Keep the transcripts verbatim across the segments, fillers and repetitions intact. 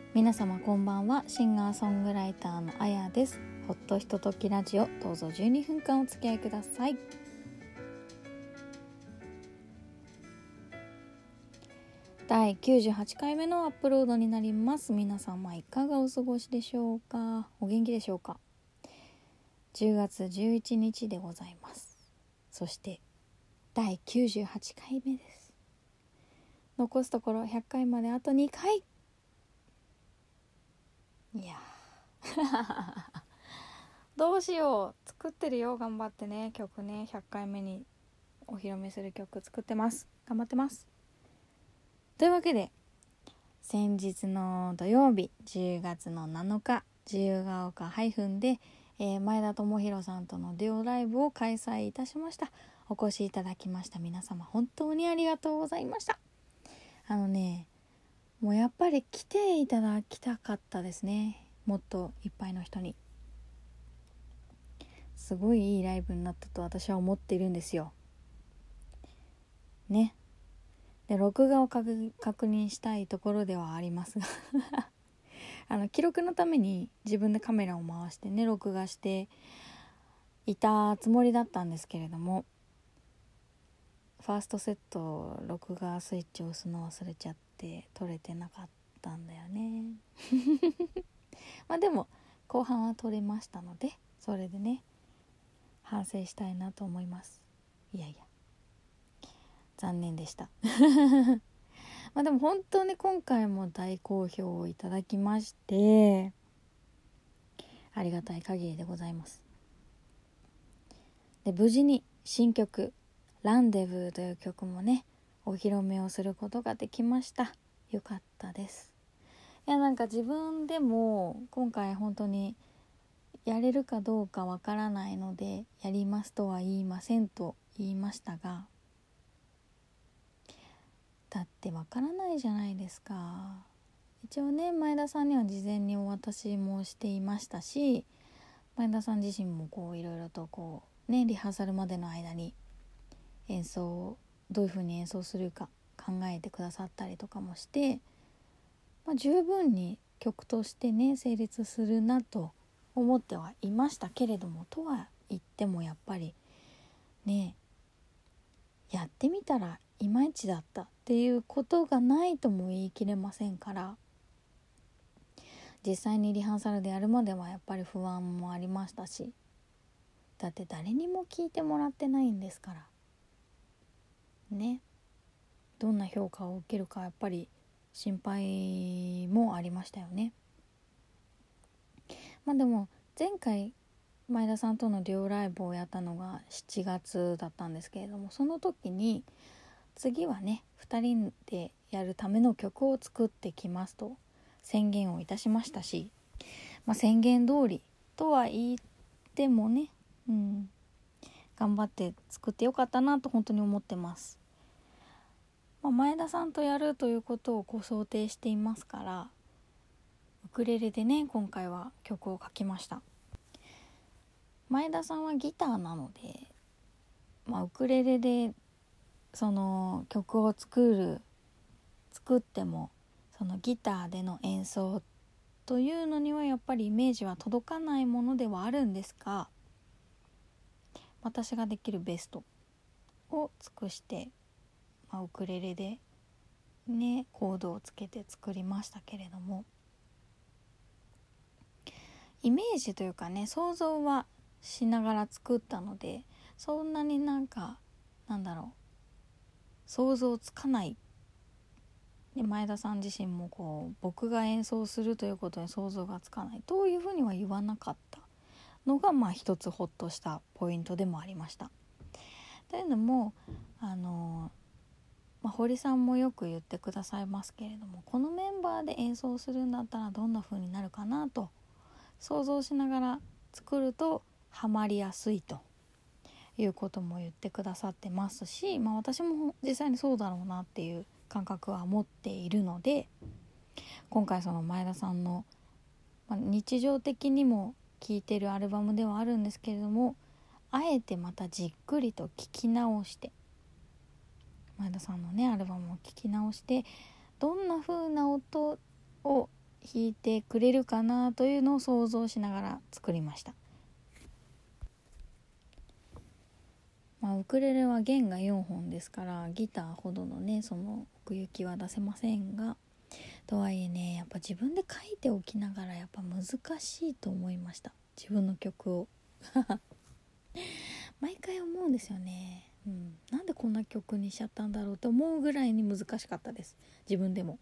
皆様こんばんは。シンガーソングライターのあやです。ほっとひとときラジオ、どうぞじゅうにふんかんお付き合いください。だいきゅうじゅうはちかいめのアップロードになります。皆様いかがお過ごしでしょうか。お元気でしょうか。じゅうがつじゅういちにちでございます。そしてだいきゅうじゅうはちかいめです。残すところひゃっかいまであとにかい。いやどうしよう。作ってるよ。頑張ってね。曲ね、ひゃっかいめにお披露目する曲作ってます。頑張ってます。というわけで、先日の土曜日じゅうがつのなのか、自由が丘ハイフンで、えー、前田智弘さんとのデュオライブを開催いたしました。お越しいただきました皆様、本当にありがとうございました。あのね、もうやっぱり来ていただきたかったですね。もっといっぱいの人に。すごいいいライブになったと私は思っているんですよね。で、録画を確認したいところではありますがあの記録のために自分でカメラを回してね、録画していたつもりだったんですけれども、ファーストセット録画スイッチを押すの忘れちゃって撮れてなかったんだよねまあでも後半は撮れましたので、それでね反省したいなと思います。いやいや残念でしたまあでも本当に今回も大好評をいただきましてありがたい限りでございます。で、無事に新曲ランデブーという曲もねお披露目をすることができました。よかったです。いや、なんか自分でも今回本当にやれるかどうかわからないのでやりますとは言いませんと言いましたが、だってわからないじゃないですか。一応ね、前田さんには事前にお渡しもしていましたし、前田さん自身もこういろいろとこうね、リハーサルまでの間に演奏をどういう風に演奏するか考えてくださったりとかもして、まあ、十分に曲としてね成立するなと思ってはいましたけれども、とは言ってもやっぱりね、やってみたらいまいちだったっていうことがないとも言い切れませんから、実際にリハーサルでやるまではやっぱり不安もありましたし、だって誰にも聞いてもらってないんですからね。どんな評価を受けるかやっぱり心配もありましたよね。まあでも前回前田さんとのデュオライブをやったのがしちがつだったんですけれども、その時に次はねふたりでやるための曲を作ってきますと宣言をいたしましたし、まあ、宣言通りとは言ってもね、うん、頑張って作ってよかったなと本当に思ってます。まあ、前田さんとやるということをこう想定していますから、ウクレレでね今回は曲を書きました。前田さんはギターなので、まあ、ウクレレでその曲を作る作ってもそのギターでの演奏というのにはやっぱりイメージは届かないものではあるんですが、私ができるベストを尽くして、まあ、ウクレレでねコードをつけて作りましたけれども、イメージというかね想像はしながら作ったので、そんなになんかなんだろう想像つかないで、前田さん自身もこう僕が演奏するということに想像がつかないというふうには言わなかったのが、まあ一つホッとしたポイントでもありました。というのもあの、まあ、堀さんもよく言ってくださいますけれども、このメンバーで演奏するんだったらどんな風になるかなと想像しながら作るとハマりやすいということも言ってくださってますし、まあ、私も実際にそうだろうなっていう感覚は持っているので、今回その前田さんの、まあ、日常的にも聴いてるアルバムではあるんですけれども、あえてまたじっくりと聴き直して前田さんのねアルバムを聴き直して、どんな風な音を弾いてくれるかなというのを想像しながら作りました。まあ、ウクレレは弦がよんほんですからギターほどのねその奥行きは出せませんが、とはいえねやっぱ自分で書いておきながらやっぱ難しいと思いました、自分の曲を毎回思うんですよね、うん、なんでこんな曲にしちゃったんだろうと思うぐらいに難しかったです、自分でも。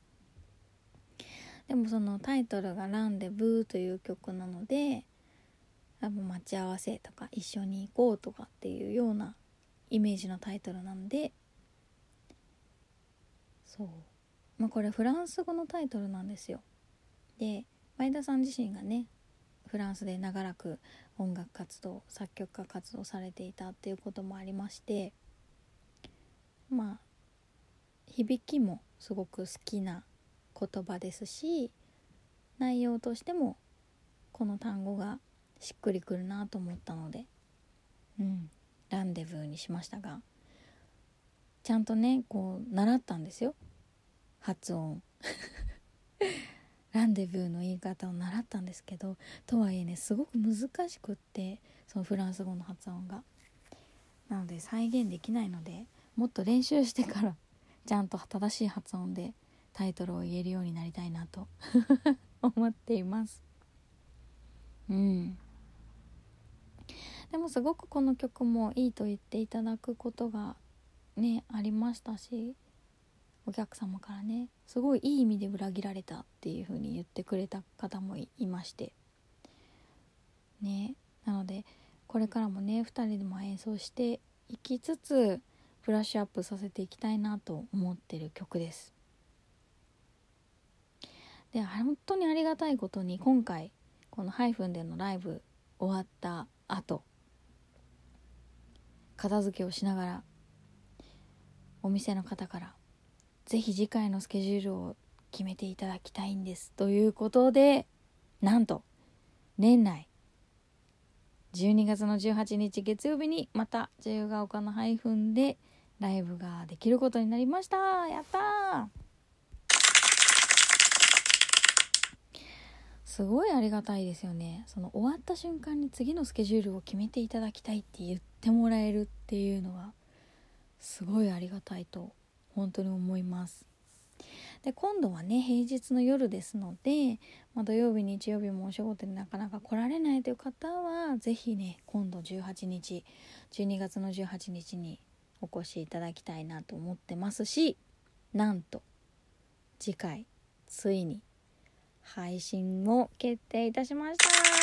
でもそのタイトルがランデブーという曲なので、多分待ち合わせとか一緒に行こうとかっていうようなイメージのタイトルなんで、そう、まあこれフランス語のタイトルなんですよ。で前田さん自身がねフランスで長らく音楽活動作曲家活動されていたっていうこともありまして、まあ響きもすごく好きな言葉ですし、内容としてもこの単語がしっくりくるなと思ったので、うん、ランデブーにしましたが、ちゃんとねこう習ったんですよ、発音ランデブーの言い方を習ったんですけど、とはいえねすごく難しくって、そのフランス語の発音がなので再現できないので、もっと練習してからちゃんと正しい発音でタイトルを言えるようになりたいなと思っています。うんでもすごくこの曲もいいと言っていただくことがねありましたし、お客様からねすごいいい意味で裏切られたっていう風に言ってくれた方も い, いましてね、なのでこれからもねふたりでも演奏していきつつブラッシュアップさせていきたいなと思ってる曲です。で本当にありがたいことに今回このハイフンでのライブ終わった後片付けをしながらお店の方からぜひ次回のスケジュールを決めていただきたいんですということで、なんと年内じゅうにがつのじゅうはちにち月曜日にまた自由が丘のハイフンでライブができることになりました。やったー、すごいありがたいですよね。その終わった瞬間に次のスケジュールを決めていただきたいって言ってもらえるっていうのはすごいありがたいと本当に思います。で今度はね平日の夜ですので、まあ、土曜日日曜日もお仕事でなかなか来られないという方はぜひね今度じゅうはちにちじゅうにがつのじゅうはちにちにお越しいただきたいなと思ってますし、なんと次回ついに配信を決定いたしました。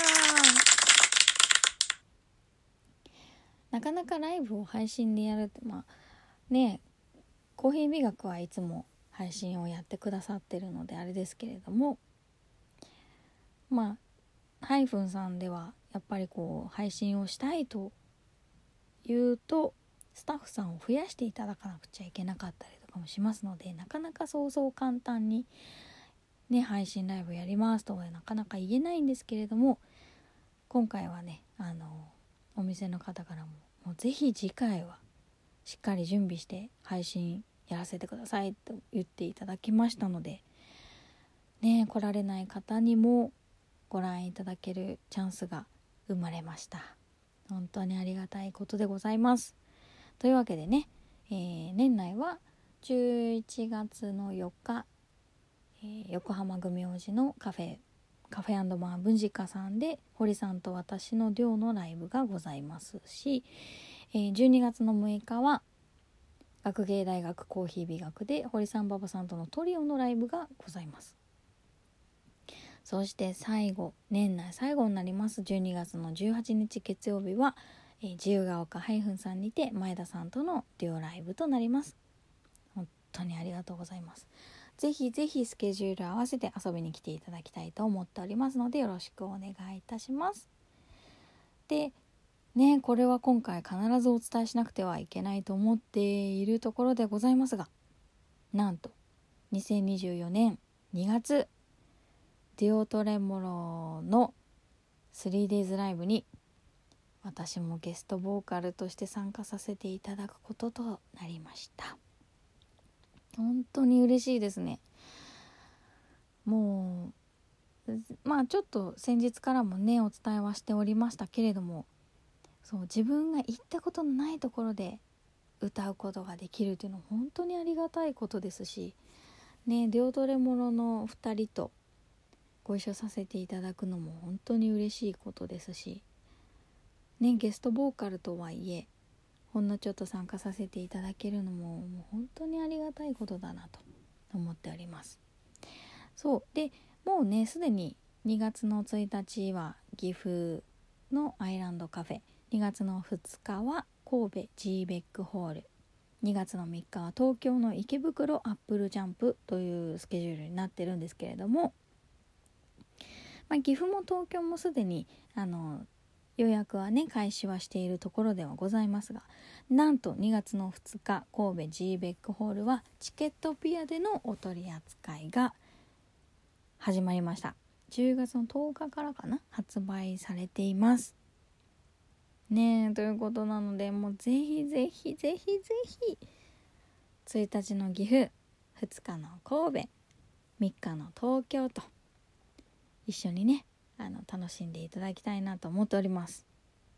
なかなかライブを配信でやるってまあねコーヒー美学はいつも配信をやってくださってるのであれですけれども、まあハイフンさんではやっぱりこう配信をしたいというとスタッフさんを増やしていただかなくちゃいけなかったりとかもしますので、なかなかそうそう簡単にね配信ライブやりますとはなかなか言えないんですけれども、今回はねあのお店の方からももうぜひ次回はしっかり準備して配信やらせてくださいと言っていただきましたのでね、来られない方にもご覧いただけるチャンスが生まれました。本当にありがたいことでございます。というわけでね、えー、年内はじゅういちがつのよっか、えー、横浜組王子のカフェカフェ&マー文治家さんで堀さんと私のデュオのライブがございますし、えー、じゅうにがつのむいかは学芸大学コーヒー美学で堀さん馬場さんとのトリオのライブがございます。そして最後年内最後になりますじゅうにがつのじゅうはちにち月曜日は、えー、自由が丘ハイフンさんにて前田さんとのデュオライブとなります。本当にありがとうございます。ぜひぜひスケジュール合わせて遊びに来ていただきたいと思っておりますのでよろしくお願いいたします。でね、これは今回必ずお伝えしなくてはいけないと思っているところでございますが、なんとにせんにじゅうよねんにがつデュオトレモロの スリーデイズ ライブに私もゲストボーカルとして参加させていただくこととなりました。本当に嬉しいですね。 もうまあちょっと先日からもねお伝えはしておりましたけれども、そう自分が行ったことのないところで歌うことができるというのは本当にありがたいことですしね、デオトレモノのふたりとご一緒させていただくのも本当に嬉しいことですしね、ゲストボーカルとはいえほんのちょっと参加させていただけるのも、もう本当にありがたいことだなと思っております。そうでもうねすでににがつのついたちは岐阜のアイランドカフェ、にがつのふつかは神戸 G ベックホール、にがつのみっかは東京の池袋アップルジャンプというスケジュールになってるんですけれども、まあ、岐阜も東京もすでにあの予約はね開始はしているところではございますが、なんとにがつのふつか神戸 G ベックホールはチケットピアでのお取り扱いが始まりました。じゅうがつのとおかからかな発売されていますねえ、ということなのでもうぜひぜひぜひぜひついたちの岐阜、ふつかの神戸、みっかの東京と一緒にねあの楽しんでいただきたいなと思っております。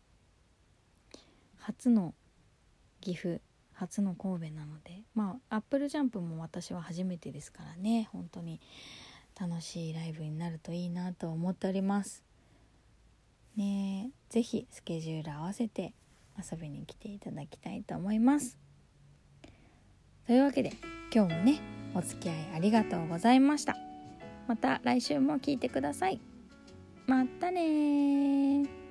初の岐阜、初の神戸なので、まあアップルジャンプも私は初めてですからね、本当に楽しいライブになるといいなと思っておりますね。えぜひスケジュール合わせて遊びに来ていただきたいと思います。というわけで今日もねお付き合いありがとうございました。また来週も聞いてください。またね。